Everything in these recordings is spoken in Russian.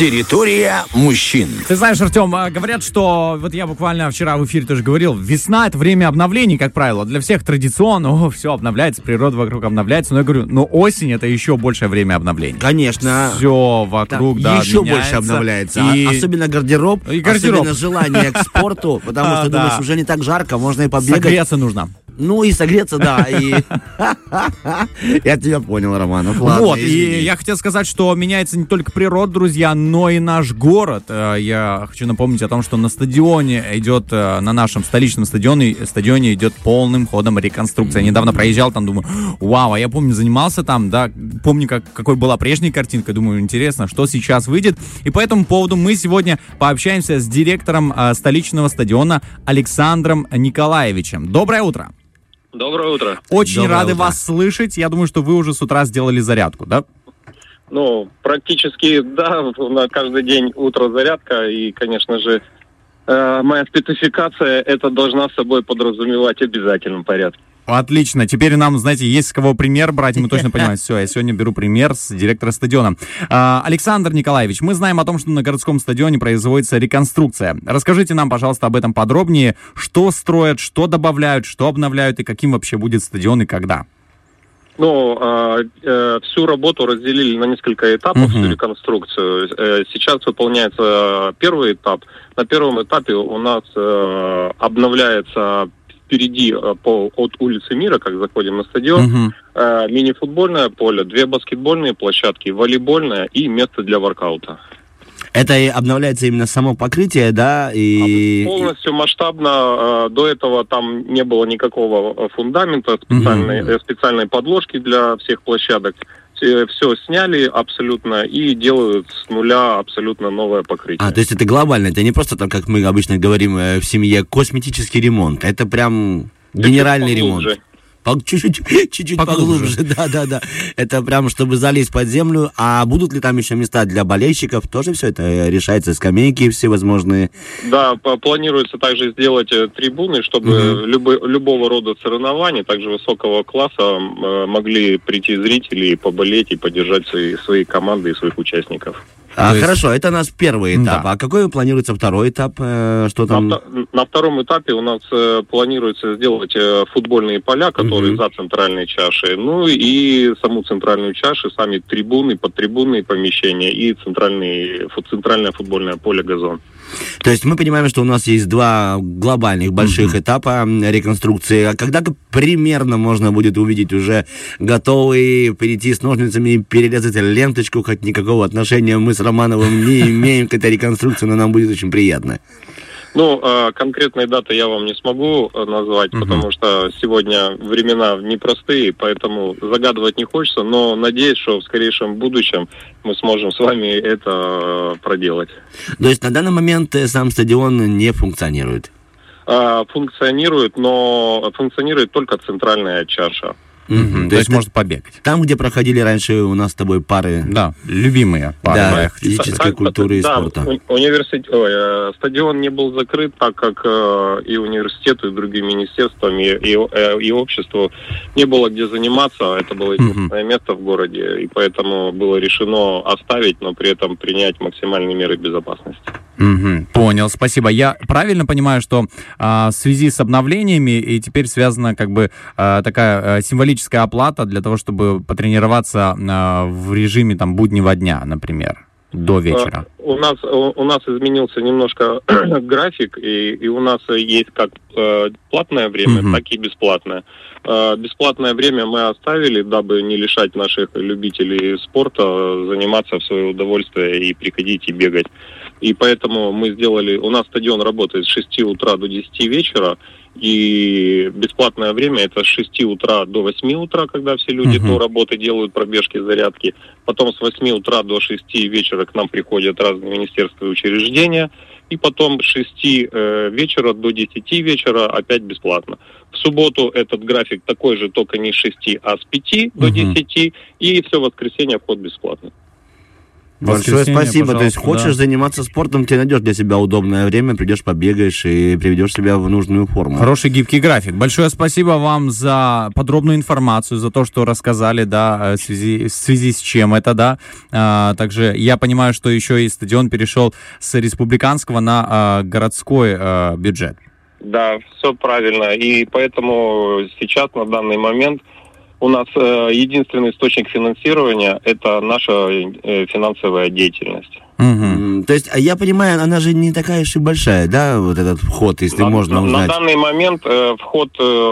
Территория мужчин. Ты знаешь, Артем, говорят, что, вот я буквально вчера в эфире тоже говорил, весна — это время обновлений, как правило. Для всех традиционно, все обновляется, природа вокруг обновляется. Но я говорю, осень — это еще большее время обновлений. Конечно. Все вокруг, еще меняется. больше обновляется. И... Особенно гардероб, особенно желание к спорту, потому что, думаешь, уже не так жарко, можно и побегать. Согреться нужно. Ну и согреться, да. Я тебя понял, Романов. Ладно, вот, и я хотел сказать, что меняется не только природа, друзья, но и наш город. Я хочу напомнить о том, что на стадионе идет, на нашем столичном стадионе идет полным ходом реконструкция. Я недавно проезжал там, думаю, вау, а я помню, занимался там, да, помню, какой была прежняя картинка, думаю, интересно, что сейчас выйдет. И по этому поводу мы сегодня пообщаемся с директором столичного стадиона Александром Николаевичем. Доброе утро. Доброе утро. Очень рады вас слышать. Я думаю, что вы уже с утра сделали зарядку, да? Ну, практически, да, на каждый день утро зарядка. И, конечно же, моя спецификация это должна с собой подразумевать в обязательном порядке. Отлично. Теперь нам, знаете, есть с кого пример брать, и мы точно понимаем. Все, я сегодня беру пример с директора стадиона. Александр Николаевич, мы знаем о том, что на городском стадионе производится реконструкция. Расскажите нам, пожалуйста, об этом подробнее. Что строят, что добавляют, что обновляют, и каким вообще будет стадион и когда? Ну, всю работу разделили на несколько этапов, всю реконструкцию. Сейчас выполняется первый этап. На первом этапе у нас обновляется впереди от улицы Мира, как заходим на стадион, мини-футбольное поле, 2 баскетбольные площадки, волейбольное и место для воркаута. Это и обновляется именно само покрытие, да? И... Полностью масштабно. До этого там не было никакого фундамента, специальной подложки для всех площадок. Все сняли абсолютно и делают с нуля абсолютно новое покрытие. То есть это глобально, это не просто там, как мы обычно говорим в семье, косметический ремонт, это прям генеральный ремонт. Чуть-чуть поглубже, да. Это прям, чтобы залезть под землю. А будут ли там еще места для болельщиков? Тоже все это решается, скамейки всевозможные? Да, планируется также сделать трибуны, чтобы любого рода соревнований, также высокого класса, могли прийти зрители и поболеть, и поддержать свои команды и своих участников. Хорошо, это у нас первый этап. Да. А какой планируется второй этап? Что там? На втором этапе у нас планируется сделать футбольные поля, которые за центральной чашей, ну и саму центральную чашу, сами трибуны, подтрибунные помещения и центральное футбольное поле, газон. То есть мы понимаем, что у нас есть 2 глобальных больших этапа реконструкции. А когда примерно можно будет увидеть уже готовый, перейти с ножницами и перерезать ленточку, хоть никакого отношения мы с Романовым не имеем к этой реконструкции, но нам будет очень приятно. Ну, конкретной даты я вам не смогу назвать, потому что сегодня времена непростые, поэтому загадывать не хочется, но надеюсь, что в скорейшем будущем мы сможем с вами это проделать. То есть на данный момент сам стадион не функционирует? Функционирует, но функционирует только центральная чаша. То есть можно побегать. Там, где проходили раньше у нас с тобой пары. Да, любимые пары. Да, физической культуры и спорта. Стадион не был закрыт, так как и университету, и другим министерствам, и обществу не было где заниматься. Это было единственное место в городе, и поэтому было решено оставить, но при этом принять максимальные меры безопасности. Понял, спасибо. Я правильно понимаю, что в связи с обновлениями и теперь связана как бы такая символическая оплата для того, чтобы потренироваться в режиме там буднего дня, например, до вечера? У нас изменился немножко график, и у нас есть как платное время, так и бесплатное. Бесплатное время мы оставили, дабы не лишать наших любителей спорта заниматься в свое удовольствие и приходить и бегать. И поэтому мы сделали... У нас стадион работает с 6 утра до 10 вечера, и бесплатное время это с 6 утра до 8 утра, когда все люди до работы делают пробежки, зарядки. Потом с 8 утра до 6 вечера к нам приходят разные министерства и учреждения. И потом с 6 вечера до 10 вечера опять бесплатно. В субботу этот график такой же, только не с 6, а с 5 до 10. И все воскресенье вход бесплатный. Большое спасибо. Пожалуйста, то есть хочешь заниматься спортом, ты найдешь для себя удобное время, придешь, побегаешь и приведешь себя в нужную форму. Хороший гибкий график. Большое спасибо вам за подробную информацию, за то, что рассказали, да, в связи с чем это, да. Также я понимаю, что еще и стадион перешел с республиканского на городской бюджет. Да, все правильно. И поэтому сейчас, на данный момент, у нас единственный источник финансирования – это наша финансовая деятельность. Угу. То есть, я понимаю, она же не такая уж и большая, да, вот этот вход, если можно узнать? На данный момент вход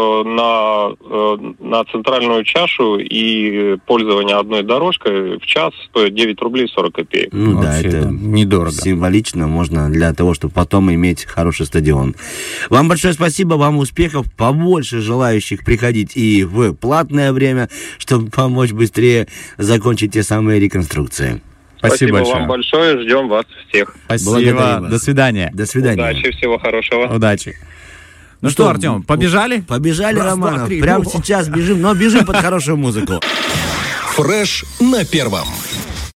на центральную чашу и пользование одной дорожкой в час стоит 9 рублей 40 копеек. Ну вообще, да, это недорого. Символично можно для того, чтобы потом иметь хороший стадион. Вам большое спасибо, вам успехов, побольше желающих приходить и в платное время, чтобы помочь быстрее закончить те самые реконструкции. Спасибо большое. Вам большое, ждем вас всех. Спасибо, до свидания. До свидания. Удачи, всего хорошего. Удачи. Ну что, Артем, побежали? Побежали, Раз, Романов. два, три. Прямо сейчас бежим, но бежим под хорошую музыку. Фреш на первом.